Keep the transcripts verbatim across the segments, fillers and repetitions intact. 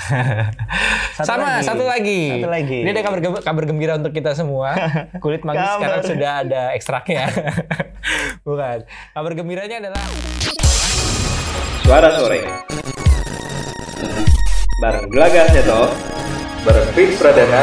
satu Sama lagi. satu lagi. Satu lagi. Ini ada kabar, kabar gembira untuk kita semua. Kulit manggis sekarang sudah ada ekstraknya. Bukan. Kabar gembiranya adalah Suara Sore bareng Gelaga Seto, bareng Chris Pradana.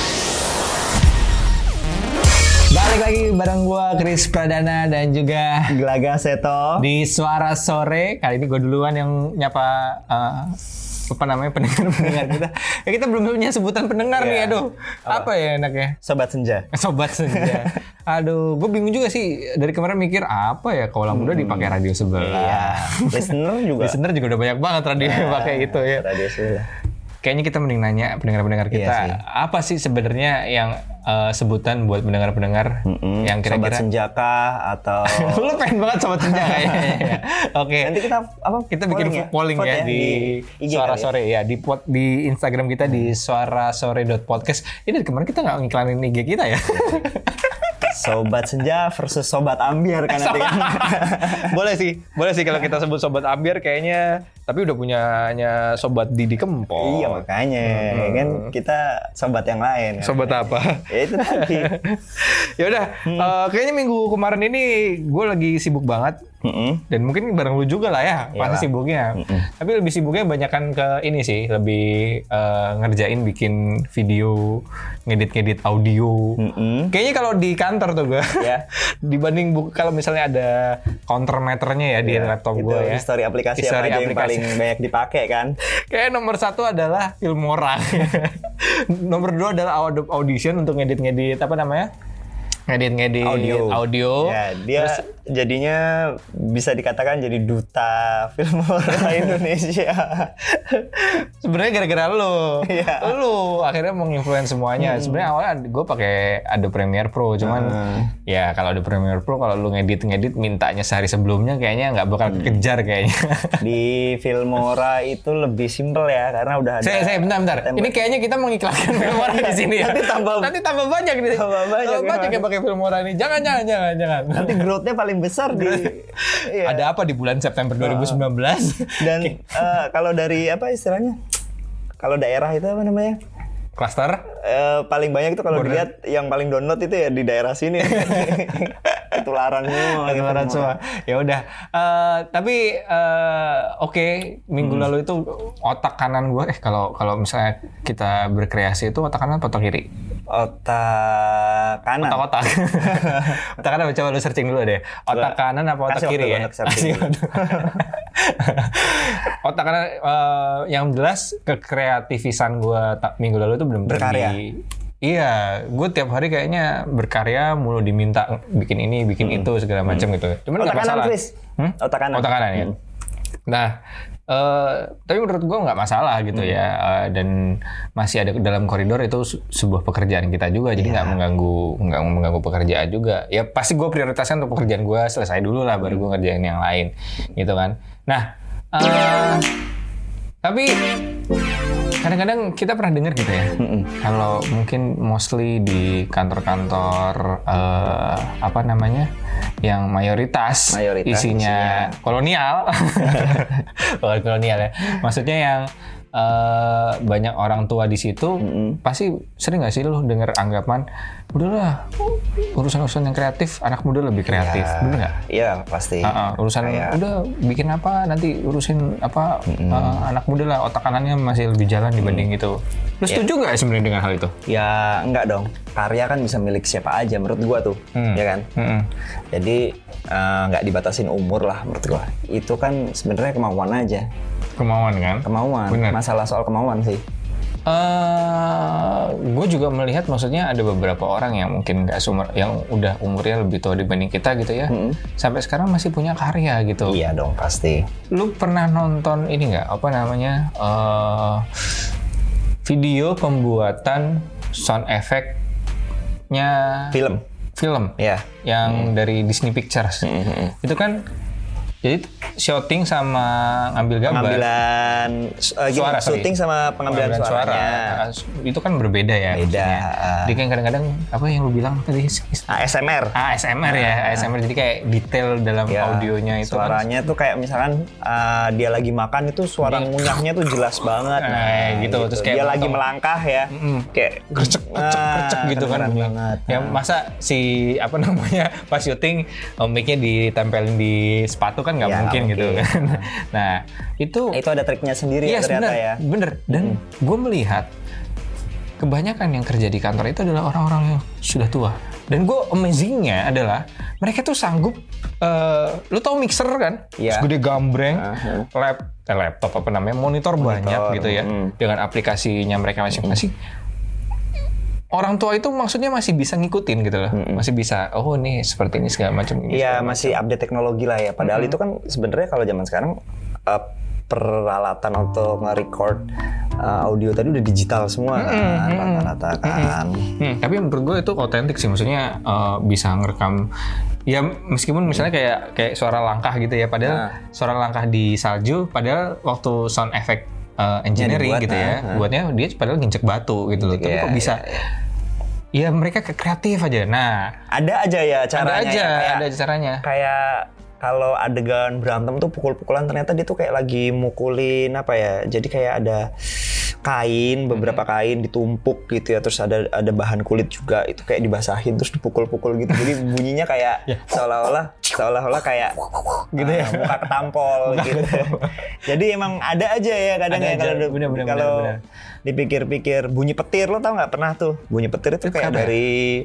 balik lagi bareng gua Chris Pradana dan juga Gelaga Seto di Suara Sore. Kali ini gue duluan yang nyapa uh, apa namanya pendengar-pendengar kita. Ya kita belum punya sebutan pendengar yeah. nih, aduh. Apa? apa ya enaknya? Sobat Senja. Sobat Senja. Aduh, gue bingung juga sih dari kemarin mikir apa ya kaulah muda hmm. dipakai radio sebelah. Iya. Listener juga. Listener juga udah banyak banget radio yang nah, pakai itu ya. Radio sebelah. Kayaknya kita mending nanya pendengar-pendengar kita, iya sih. Apa sih sebenarnya yang uh, sebutan buat pendengar-pendengar Mm-mm. yang kira-kira Sobat Senjaka atau lu pengen banget Sobat Senja kayaknya. Oke. Okay. Nanti kita apa? Kita bikin ya? polling ya, ya di, di Suara ya? Sore ya, di pot, di Instagram kita di suarasore dot podcast. Ini dari kemarin kita nggak ngiklanin I G kita ya. Sobat Senja versus Sobat Ambiar kan nanti kan. Boleh sih, boleh sih kalau kita sebut Sobat Ambiar kayaknya, tapi udah punyanya Sobat Didi Kempot. Iya makanya, hmm. kan kita sobat yang lain. Kan? Sobat apa? Ya itu tadi. Ya udah, hmm. uh, kayaknya minggu kemarin ini gue lagi sibuk banget. Mm-hmm. Dan mungkin bareng lu juga lah ya, pasti sibuknya. Mm-hmm. Tapi lebih sibuknya banyakan ke ini sih, lebih uh, ngerjain bikin video, ngedit-ngedit audio. Mm-hmm. Kayaknya kalau di kantor tuh gue, yeah. dibanding buku kalau misalnya ada countermeternya ya di yeah. laptop gue ya. History aplikasi history apa aja aplikasi. yang paling banyak dipakai kan? Kayak nomor satu adalah Filmora. Nomor dua adalah Adobe Audition untuk ngedit-ngedit apa namanya? Ngedit-ngedit audio. audio. Ya, dia Terus, jadinya bisa dikatakan jadi duta Filmora Indonesia. Sebenarnya gara-gara lo, ya. lo akhirnya menginfluence semuanya. Hmm. Sebenarnya awalnya gue pakai Adobe Premiere Pro, cuman hmm. ya kalau Adobe Premiere Pro kalau lu ngedit-ngedit mintanya sehari sebelumnya kayaknya nggak bakal hmm. kejar kayaknya. Di Filmora itu lebih simpel ya, karena udah ada. Saya, saya bentar-bentar. Ini kayaknya kita mengiklankan Filmora di sini. Ya. Nanti tambah, nanti tambah banyak nih. Tambah banyak. Tambah banyak yang pakai Filmora nih. Jangan, jangan, jangan, jangan. Nanti growth-nya paling besar di. Iya. Ada apa di bulan September dua ribu sembilan belas? Dan uh, kalau dari apa istilahnya? Kalau daerah itu apa namanya? Cluster? Uh, paling banyak itu kalau dilihat yang paling download itu ya di daerah sini. Ketularan semua. Ketularan semua. Ya udah. Uh, tapi uh, oke, okay. minggu hmm. lalu itu otak kanan gue. Eh kalau kalau misalnya kita berkreasi itu otak kanan atau otak kiri? Otak kanan. Otak-otak. Otak kanan, coba lu searching dulu deh. Otak Gua kanan apa otak kiri ya? Otak kanan uh, yang jelas kekreativisan gue minggu lalu itu belum berkarya. Di, iya, gue tiap hari kayaknya berkarya mulu diminta bikin ini, bikin hmm. itu segala macam hmm. gitu. Cuman otak nggak kanan, masalah. Chris. Hmm? Otak kanan. Otak kanan ya. Hmm. Nah, uh, tapi menurut gue nggak masalah gitu hmm. ya, uh, dan masih ada dalam koridor itu sebuah pekerjaan kita juga, jadi nggak yeah. mengganggu nggak mengganggu pekerjaan juga. Ya pasti gue prioritaskan untuk pekerjaan gue selesai dulu lah, baru gue ngerjain yang lain, gitu kan. Nah, uh, tapi kadang-kadang kita pernah dengar gitu ya, mm-mm. kalau mungkin mostly di kantor-kantor uh, apa namanya, yang mayoritas, mayoritas isinya, isinya kolonial, bukan kolonial ya, maksudnya yang uh, banyak orang tua di situ, mm-hmm. pasti sering nggak sih lu dengar anggapan, udahlah urusan-urusan yang kreatif anak muda lebih kreatif, ya, bener nggak? Iya pasti. Uh-uh, urusan Kayak... udah bikin apa nanti urusin apa mm-hmm. uh, anak muda lah, otak kanannya masih lebih jalan dibanding mm-hmm. itu. Lu setuju nggak ya. sebenarnya dengan hal itu? Ya enggak dong. Karya kan bisa milik siapa aja menurut gua tuh, mm. ya kan? Mm-hmm. Jadi nggak uh, dibatasin umur lah menurut gua. Itu kan sebenarnya kemauan aja. Kemauan kan? Kemauan. Bener. Masalah soal kemauan sih. Uh, gue juga melihat maksudnya ada beberapa orang yang mungkin nggak seumur, yang udah umurnya lebih tua dibanding kita gitu ya, hmm. sampai sekarang masih punya karya gitu. Iya dong pasti. Lu pernah nonton ini nggak, apa namanya, uh, video pembuatan sound effect-nya film? Film, ya, yang hmm. dari Disney Pictures. Hmm. Itu kan Jadi shooting sama ngambil gambar. Pengambilan uh, suara, shooting sorry. sama pengambilan, pengambilan suaranya. Suara. Itu kan berbeda ya. Beda. Uh, Jadi kan kadang-kadang apa yang lu bilang tadi? A S M R. A S M R ya, A S M R. Jadi kayak detail dalam ya, audionya itu. Suaranya kan. Tuh kayak misalkan uh, dia lagi makan itu suara ngunyahnya tuh jelas banget. Nah, nah gitu. gitu. Terus kayak dia lagi melangkah ya. Mm-mm. Kayak kercek kercek kercek gitu kan banget. Ya masa si apa namanya pas syuting mic-nya ditempelin di sepatu kan nggak ya, mungkin okay. gitu kan. Nah itu itu ada triknya sendiri yes, ya ternyata bener, ya. Bener. Dan hmm. gue melihat kebanyakan yang kerja di kantor itu adalah orang-orang yang sudah tua. Dan gue amazingnya adalah mereka tuh sanggup, uh, lu tau mixer kan? Ya. Segede gambreng, uh-huh. lap, eh, laptop apa namanya, monitor, monitor banyak gitu ya, hmm. dengan aplikasinya mereka masing-masing. Orang tua itu maksudnya masih bisa ngikutin gitu loh, mm-hmm. masih bisa. Oh nih seperti ini segala macam. Iya masih macam. Update teknologi lah ya. Padahal mm-hmm. itu kan sebenarnya kalau zaman sekarang uh, peralatan untuk nge-record uh, audio tadi udah digital semua mm-hmm. kan, rata-rata kan. Mm-hmm. Tapi menurut gue itu otentik sih, maksudnya uh, bisa ngerekam. Ya meskipun misalnya kayak kayak suara langkah gitu ya, padahal nah. suara langkah di salju, padahal waktu sound effect Uh, engineering dibuat, gitu ya, nah, buatnya dia padahal nginjek batu gitu loh. Tapi yeah, kok bisa? Yeah, yeah. Ya mereka kreatif aja. Nah, ada aja ya caranya. Ada aja, ya, kayak, ada caranya. Kayak kalau adegan berantem tuh pukul-pukulan, ternyata dia tuh kayak lagi mukulin apa ya? Jadi kayak ada kain, beberapa hmm. kain ditumpuk gitu ya, terus ada ada bahan kulit juga, itu kayak dibasahin terus dipukul-pukul gitu. Jadi bunyinya kayak yeah. seolah-olah seolah-olah kayak gitu ya, uh, muka ketampol gitu. Jadi emang ada aja ya kadang ya kalau kalau dipikir-pikir bunyi petir, lo tau nggak pernah tuh bunyi petir itu kayak ada. Dari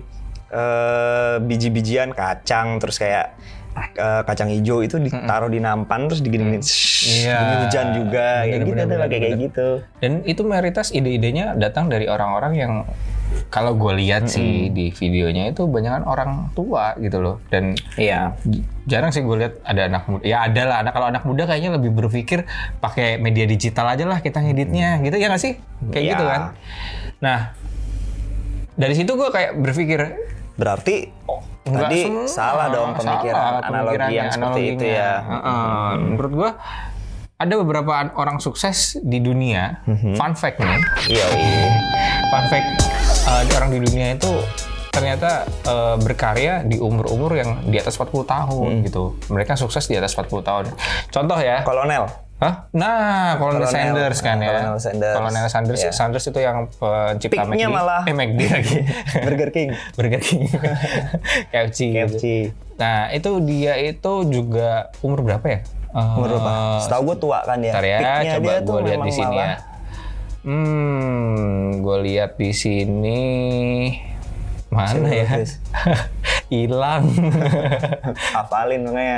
uh, biji-bijian kacang, terus kayak uh, kacang hijau itu ditaruh di nampan terus digini-gini iya. bunyi hujan juga kayak gitu tuh kayak kayak gitu. Dan itu mayoritas ide-idenya datang dari orang-orang yang kalau gue lihat mm-hmm. sih di videonya itu banyakan orang tua gitu loh. Dan iya jarang sih gue lihat ada anak muda. Ya ada lah, anak kalau anak muda kayaknya lebih berpikir pakai media digital aja lah kita ngeditnya gitu ya nggak sih? Kayak yeah. gitu kan. Nah dari situ gue kayak berpikir berarti oh, tadi semua, salah dong pemikiran salah, analogi yang seperti itu ya. Uh-uh. Hmm. Menurut gue ada beberapa orang sukses di dunia. Mm-hmm. Fun fact nih. Iya. iya. Fun fact uh, orang di dunia itu ternyata uh, berkarya di umur-umur yang di atas empat puluh tahun mm. gitu. Mereka sukses di atas empat puluh tahun. Contoh ya. Kolonel. Hah? Nah, Kolonel Sanders kan ya. Kolonel Sanders. Kolonel Sanders, yeah. Sanders itu yang pencipta McD. malah. Eh, McD lagi. Burger King. Burger King. K F C. K F C. Gitu. Nah, itu dia itu juga umur berapa ya? Umur berapa? Uh, Setahu gue tua kan ya. Ntar ya, Peaknya coba gue lihat di sini malah. ya. Hmm, gue lihat di sini. Mana Sini ya? Hilang. Hafalin makanya.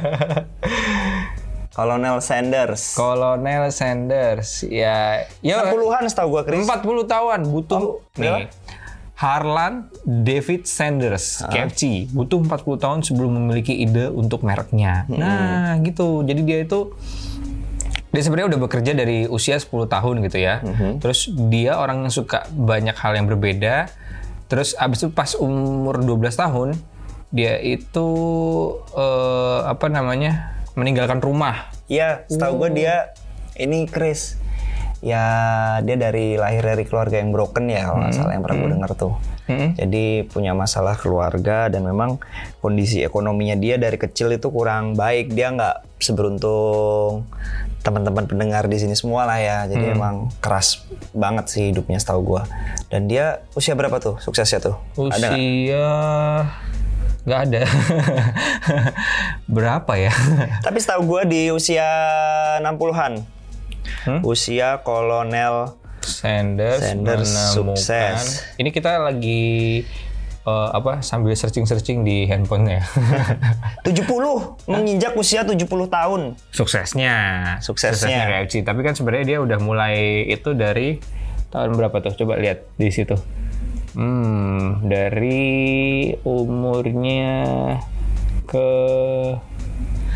Kolonel Sanders. Kolonel Sanders. Ya, ya empat puluhan setahu gua, Chris. empat puluh tahun butuh oh, nih. Harlan David Sanders, uh-huh. K F C, butuh empat puluh tahun sebelum memiliki ide untuk mereknya. Hmm. Nah, gitu. Jadi dia itu dia sebenarnya udah bekerja dari usia sepuluh tahun gitu ya. Hmm. Terus dia orang yang suka banyak hal yang berbeda. Terus abis itu pas umur dua belas tahun, dia itu uh, apa namanya? meninggalkan rumah. Iya, setahu oh. gue dia ini Chris. Ya dia dari lahir dari keluarga yang broken ya kalau nggak hmm. salah yang pernah hmm. gue dengar tuh. Hmm. Jadi punya masalah keluarga dan memang kondisi ekonominya dia dari kecil itu kurang baik. Dia nggak seberuntung teman-teman pendengar di sini semua lah ya. Jadi hmm. emang keras banget sih hidupnya setahu gue. Dan dia usia berapa tuh suksesnya tuh? Usia ada nggak ada. Berapa ya? Tapi setahu gue di usia enam puluhan. Hmm? Usia Kolonel Sanders, Sanders sukses. Ini kita lagi uh, apa sambil searching-searching di handphone ya. tujuh puluh menginjak usia tujuh puluh tahun. Suksesnya. Suksesnya K F C. Tapi kan sebenarnya dia udah mulai itu dari tahun berapa tuh? Coba lihat di situ. Hmm, dari umurnya ke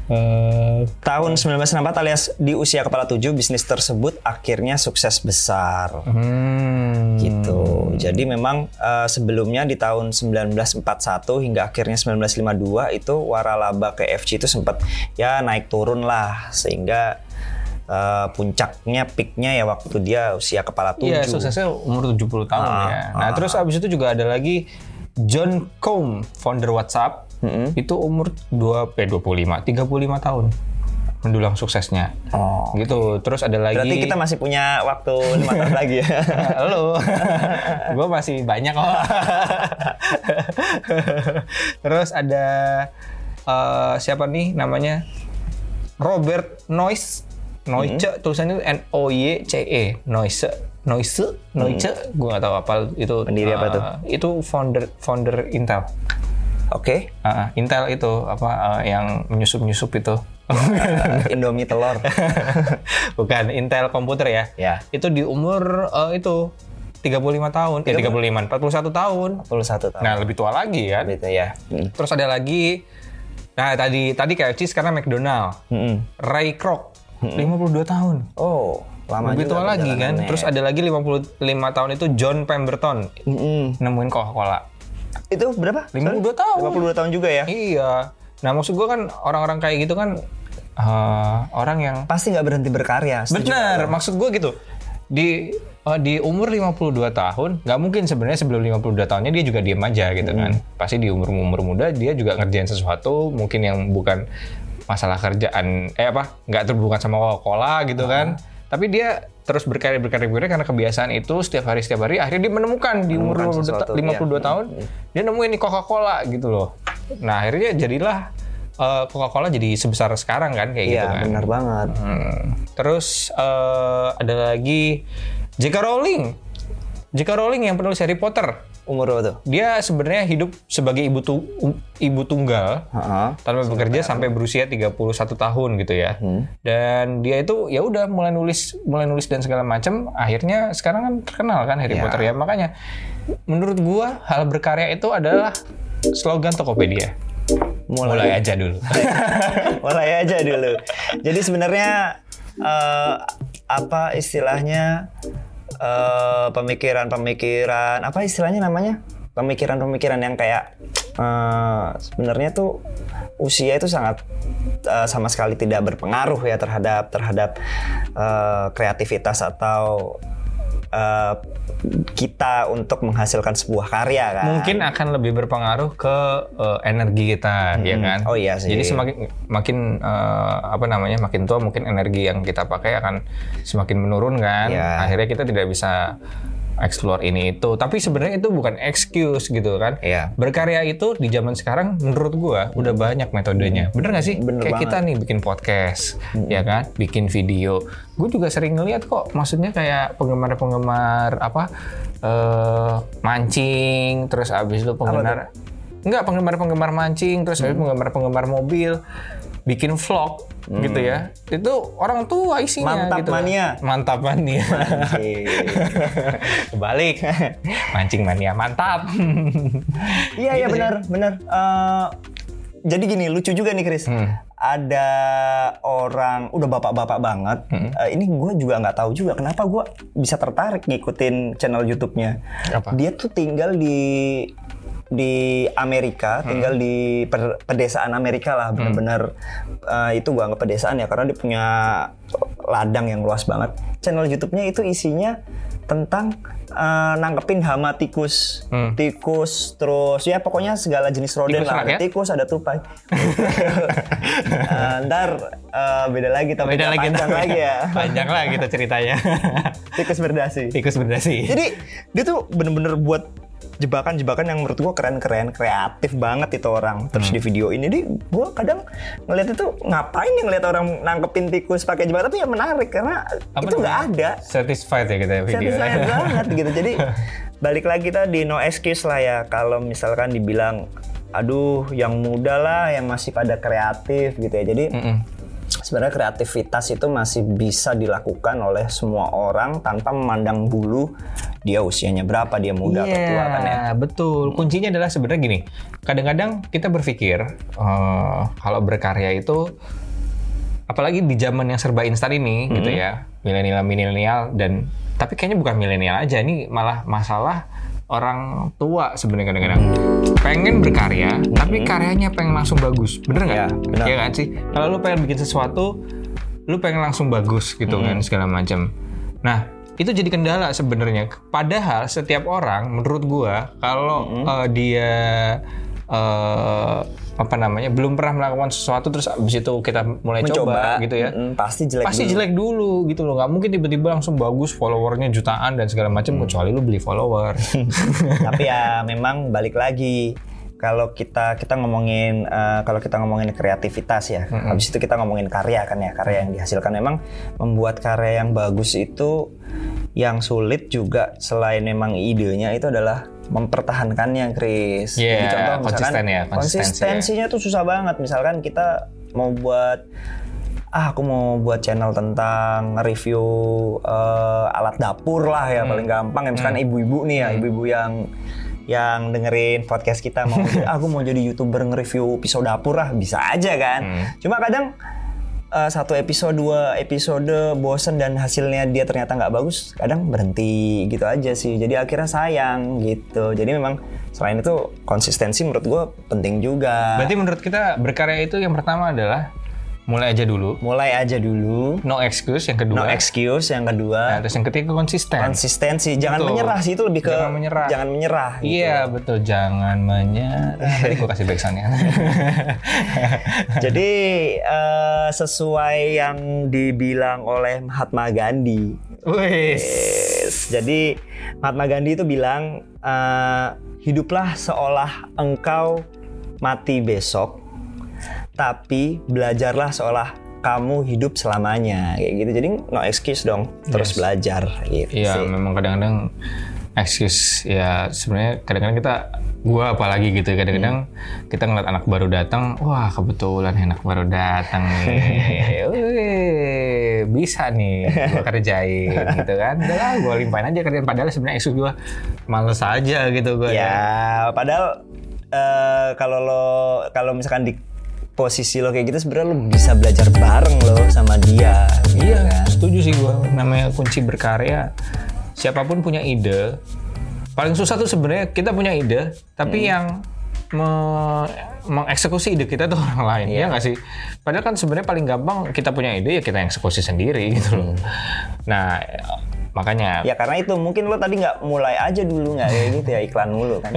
Uh, Tahun sembilan belas enam puluh empat alias di usia kepala tujuh, bisnis tersebut akhirnya sukses besar. hmm. Gitu. Jadi memang uh, sebelumnya di tahun sembilan belas empat puluh satu hingga akhirnya sembilan belas lima puluh dua itu waralaba K F C itu sempat ya naik turun lah, sehingga uh, puncaknya peaknya ya waktu dia usia kepala tujuh. Iya, suksesnya umur tujuh puluh tahun ah, ya. Nah, ah. terus abis itu juga ada lagi John Combe, founder WhatsApp. Mm-hmm. Itu umur dua puluh lima, tiga puluh lima tahun mendulang suksesnya. Oh. Gitu. Terus ada lagi. Berarti kita masih punya waktu lima tahun lagi ya. Halo. Gue masih banyak kok. Terus ada uh, siapa nih namanya? Robert Noyce. Noyce hmm. tulisannya N O Y C E. Noyce. Noyce, Noyce. Hmm. Gue nggak tahu apa itu. Pendiri uh, apa tuh? Itu founder founder Intel. Oke. Okay. Uh, Intel itu apa uh, yang menyusup-nyusup itu. uh, Indomie telur. Bukan, Intel komputer ya. Ya. Itu di umur uh, itu tiga puluh lima tahun. Eh tiga puluh lima, empat puluh satu tahun. empat puluh satu tahun. Nah, lebih tua lagi kan. Gitu ya. Hmm. Terus ada lagi nah tadi tadi K F C, sekarang McDonald. Hmm. Ray Kroc hmm. lima puluh dua tahun. Oh, lama lebih tua lagi kan. Terus ada lagi lima puluh lima tahun itu John Pemberton. Hmm. Nemuin Coca-Cola. Itu berapa? lima puluh dua tahun. lima puluh dua tahun juga ya? Iya. Nah, maksud gue kan orang-orang kayak gitu kan uh, orang yang pasti nggak berhenti berkarya. Bener, maksud gue gitu. Di uh, di umur lima puluh dua tahun, nggak mungkin sebenarnya sebelum lima puluh dua tahunnya dia juga diem aja gitu hmm. kan. Pasti di umur-umur muda dia juga ngerjain sesuatu mungkin yang bukan masalah kerjaan, eh apa, nggak terhubungan sama Coca-Cola gitu hmm. kan. Tapi dia terus berkarya berkarya berkarya karena kebiasaan itu setiap hari setiap hari akhirnya dia menemukan di umur lima puluh dua ya. tahun dia nemuin nih Coca-Cola gitu loh. Nah akhirnya jadilah uh, Coca-Cola jadi sebesar sekarang kan kayak ya, gitu kan. Iya benar banget. Hmm. Terus uh, ada lagi J K Rowling. J K Rowling yang penulis Harry Potter. Umur berapa tuh? Dia sebenarnya hidup sebagai ibu tu, ibu tunggal uh-huh. tanpa bekerja sampai berusia tiga puluh satu tahun gitu ya. Hmm. Dan dia itu ya udah mulai nulis mulai nulis dan segala macam, akhirnya sekarang kan terkenal kan Harry ya. Potter ya. Makanya menurut gua hal berkarya itu adalah slogan Tokopedia. Mulai, mulai aja dulu. Mulai aja dulu. Jadi sebenarnya uh, apa istilahnya Uh, pemikiran-pemikiran apa istilahnya namanya pemikiran-pemikiran yang kayak uh, sebenarnya tuh usia itu sangat uh, sama sekali tidak berpengaruh ya terhadap terhadap uh, kreativitas atau uh, kita untuk menghasilkan sebuah karya kan. Mungkin akan lebih berpengaruh ke uh, energi kita, hmm. ya kan? Oh iya sih. Jadi semakin makin uh, apa namanya makin tua mungkin energi yang kita pakai akan semakin menurun kan. Yeah. Akhirnya kita tidak bisa explore ini itu. Tapi sebenarnya itu bukan excuse gitu kan. Yeah. Berkarya itu di zaman sekarang menurut gua udah banyak metodenya. Bener nggak sih? Bener kayak banget. Kita nih bikin podcast, hmm. ya kan? Bikin video. Gue juga sering ngeliat kok. Maksudnya kayak penggemar-penggemar apa uh, mancing, terus abis itu penggemar enggak penggemar-penggemar mancing, terus hmm. abis penggemar-penggemar mobil bikin vlog hmm. gitu ya. Itu orang tua isinya. Mantap gitu mania. Kan. Mantap mania. Kebalik. Mancing mania mantap. Iya iya gitu benar ya? benar. Uh, jadi gini lucu juga nih Chris. Hmm. Ada orang udah bapak-bapak banget. Hmm. Uh, ini gue juga nggak tahu juga kenapa gue bisa tertarik ngikutin channel YouTube-nya. Apa? Dia tuh tinggal di di Amerika, tinggal hmm. di per, pedesaan Amerika lah, benar-benar hmm. uh, itu gua anggap pedesaan ya karena dia punya ladang yang luas banget. Channel YouTube-nya itu isinya tentang uh, nangkepin hama tikus, hmm. tikus, terus ya pokoknya segala jenis rodent lah. Ada ya? Tikus, ada tupai. uh, ntar uh, beda lagi, tapi beda lagi, panjang lagi ya. Panjang lah kita ceritanya. Tikus berdasi. Tikus berdasi. Jadi dia tuh bener-bener buat jebakan-jebakan yang menurut gue keren-keren, kreatif banget itu orang. Terus hmm. di video ini deh, gue kadang ngeliat itu ngapain nih ngeliat orang nangkepin tikus pakai jebakan, tapi ya menarik karena apa itu nggak ada. Satisfied ya kita video. Satisfied banget gitu. Jadi balik lagi tadi no excuse lah ya kalau misalkan dibilang, aduh yang muda lah yang masih pada kreatif gitu ya. Jadi mm-mm. sebenarnya kreativitas itu masih bisa dilakukan oleh semua orang tanpa memandang bulu dia usianya berapa, dia muda atau tua kan ya. Iya, betul. Kuncinya adalah sebenarnya gini. Kadang-kadang kita berpikir uh, kalau berkarya itu, apalagi di zaman yang serba instan ini, mm-hmm. gitu ya, milenial-milenial dan tapi kayaknya bukan milenial aja, ini malah masalah orang tua sebenarnya kadang-kadang pengen berkarya, mm-hmm. tapi karyanya pengen langsung bagus, bener nggak? Ya, benar. Iya kan sih. Kalau lu pengen bikin sesuatu, lu pengen langsung bagus gitu mm-hmm. kan segala macam. Nah itu jadi kendala sebenarnya. Padahal setiap orang, menurut gua, kalau mm-hmm. uh, dia uh, apa namanya belum pernah melakukan sesuatu terus abis itu kita mulai mencoba coba gitu ya, mm, pasti jelek pasti dulu. jelek dulu gitu loh. Nggak mungkin tiba-tiba langsung bagus, followernya jutaan dan segala macam mm. kecuali lu beli follower. Tapi ya memang balik lagi. Kalau kita kita ngomongin uh, kalau kita ngomongin kreativitas ya, mm-hmm. habis itu kita ngomongin karya kan ya, karya yang dihasilkan. Memang membuat karya yang bagus itu yang sulit juga selain memang idenya itu adalah mempertahankannya, Chris. Yeah, jadi contoh misalkan konsisten ya, konsistensinya ya. Tuh susah banget. Misalkan kita mau buat ah aku mau buat channel tentang review uh, alat dapur lah ya, hmm. paling gampang ya. Misalkan hmm. ibu-ibu nih ya, hmm. ibu-ibu yang yang dengerin podcast kita mau aku mau jadi YouTuber nge-review pisau dapur lah, bisa aja kan. Hmm. Cuma kadang uh, satu episode, dua episode bosen dan hasilnya dia ternyata nggak bagus, kadang berhenti gitu aja sih. Jadi akhirnya sayang gitu. Jadi memang selain itu konsistensi menurut gue penting juga. Berarti menurut kita berkarya itu yang pertama adalah mulai aja dulu. Mulai aja dulu. No excuse yang kedua. No excuse yang kedua. Nah, terus yang ketiga konsisten. Konsistensi. Jangan betul. menyerah sih, itu lebih ke jangan menyerah. Jangan menyerah. Gitu. Iya betul. Jangan menyerah. Tadi gue kasih backsound-nya. Jadi uh, sesuai yang dibilang oleh Mahatma Gandhi. Yes. Jadi Mahatma Gandhi itu bilang uh, hiduplah seolah engkau mati besok, tapi belajarlah seolah kamu hidup selamanya, kayak gitu. Jadi no excuse dong, terus yes. belajar gitu. Iya, sih. Memang kadang-kadang excuse ya sebenarnya kadang-kadang kita, gua apalagi gitu kadang-kadang hmm. kita ngeliat anak baru datang, wah kebetulan anak baru datang nih, wih, bisa nih gua kerjain gitu kan, udah lah gua limpahin aja kerjaan, padahal sebenarnya excuse gua males aja gitu gua. Ya, ya. Padahal uh, kalau lo kalau misalkan di posisi lo kayak gitu sebenarnya lo bisa belajar bareng lo sama dia. Gitu iya, kan? Setuju sih gue. Namanya kunci berkarya. Siapapun punya ide. Paling susah tuh sebenarnya kita punya ide, tapi hmm. yang me- mengeksekusi ide kita tuh orang lain, yeah. ya nggak sih? Padahal kan sebenarnya paling gampang kita punya ide ya kita yang eksekusi sendiri gitu loh. Hmm. Nah. Makanya ya karena itu mungkin lo tadi nggak mulai aja dulu nggak kayak gitu ya, iklan mulu kan.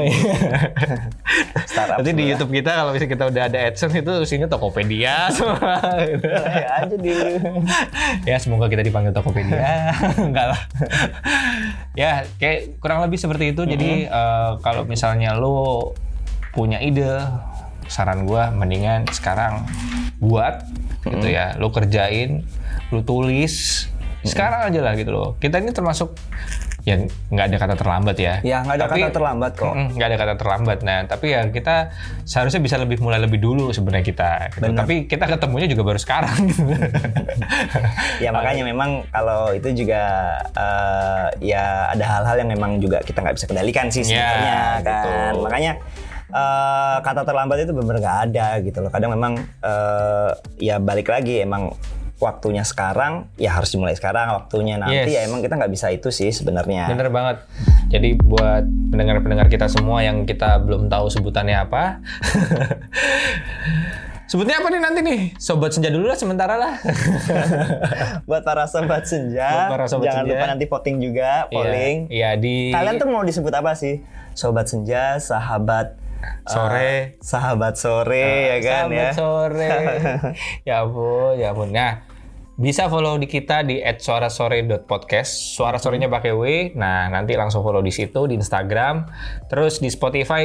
Nanti di YouTube kita kalau misalnya kita udah ada AdSense itu isinya Tokopedia semua. Gitu. Mulai aja dulu. Ya semoga kita dipanggil Tokopedia. Enggak lah. Ya kayak kurang lebih seperti itu. Mm-hmm. Jadi uh, kalau misalnya lo punya ide, saran gue mendingan sekarang buat mm-hmm. gitu ya. Lo kerjain, lo tulis. Sekarang aja lah gitu loh. Kita ini termasuk ya nggak ada kata terlambat ya. Ya nggak ada tapi, kata terlambat kok. Nggak ada kata terlambat. Nah tapi ya kita seharusnya bisa lebih mulai lebih dulu sebenarnya kita. Gitu. Tapi kita ketemunya juga baru sekarang. Gitu. Ya makanya memang kalau itu juga uh, ya ada hal-hal yang memang juga kita nggak bisa kendalikan sih sebenarnya ya, kan. Gitu. Makanya uh, kata terlambat itu benar-benar nggak ada gitu loh. Kadang memang uh, ya balik lagi emang waktunya sekarang, ya harus dimulai sekarang. Waktunya nanti yes. ya emang kita nggak bisa itu sih sebenarnya. Bener banget. Jadi buat pendengar-pendengar kita semua yang kita belum tahu sebutannya apa, sebutnya apa nih nanti nih? Sobat Senja dulu lah sementara lah. Buat para sobat senja, para sobat jangan senja. Lupa nanti voting juga, polling. Iya, ya, di. Kalian tuh mau disebut apa sih? Sobat senja, sahabat sore, uh, sahabat sore uh, ya kan sahabat ya. Sore. Ya ampun, ya ampun. Nah, bisa follow di kita di et suarasore dot podcast. Suara sorenya pakai W. Nah, nanti langsung follow di situ di Instagram. Terus di Spotify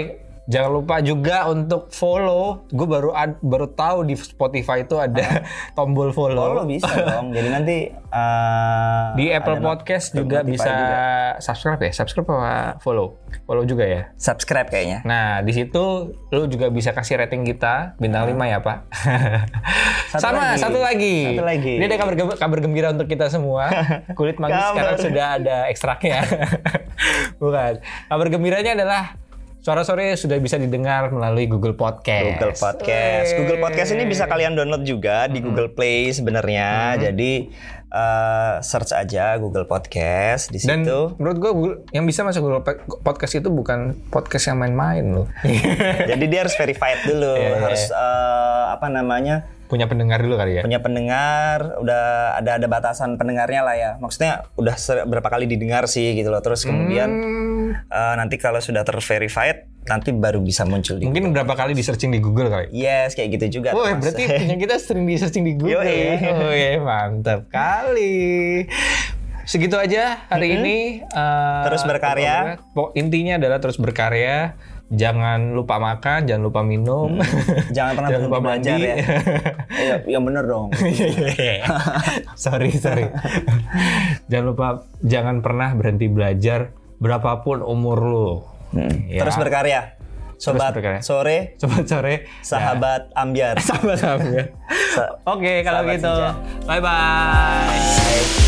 Jangan lupa juga untuk follow. Gue baru ad, baru tahu di Spotify itu ada tombol follow. Follow bisa dong. Jadi nanti uh, di Apple Podcast juga bisa juga. subscribe ya. Subscribe apa follow? Follow juga ya. Subscribe kayaknya. Nah di situ lu juga bisa kasih rating kita bintang lima ya Pak. Satu Sama lagi. satu lagi. Satu lagi. Ini ada kabar kabar gembira untuk kita semua. Kulit manggis sekarang sudah ada ekstraknya. Bukan. Kabar gembiranya adalah Suara Sore sudah bisa didengar melalui Google Podcast. Google Podcast. Wey. Google Podcast ini bisa kalian download juga di mm-hmm. Google Play sebenarnya. Mm-hmm. Jadi uh, search aja Google Podcast di situ. Dan menurut gue yang bisa masuk Google Podcast itu bukan podcast yang main-main loh. Jadi dia harus verified dulu, yeah, harus uh, apa namanya? Punya pendengar dulu kali ya. Punya pendengar, udah ada ada batasan pendengarnya lah ya. Maksudnya udah berapa kali didengar sih gitu loh. Terus kemudian hmm. uh, nanti kalau sudah terverified nanti baru bisa muncul di Mungkin Google. berapa kali di searching di Google kali? Yes, kayak gitu juga. Oh, berarti punya kita sering di searching di Google. Yoi. Ya? Oh, ya, mantap kali. Segitu aja hari mm-hmm. ini. Uh, terus berkarya. Intinya adalah terus berkarya. Jangan lupa makan, jangan lupa minum, hmm. jangan pernah jangan lupa belajar ya. Iya, yang bener dong. sorry, sorry. Jangan lupa, jangan pernah berhenti belajar berapapun umur lu. Hmm. Ya. Terus berkarya, sobat Terus berkarya. sore, sobat sore, sahabat ya. ambiar, sahabat ambiar. Oke, okay, kalau gitu, bye bye.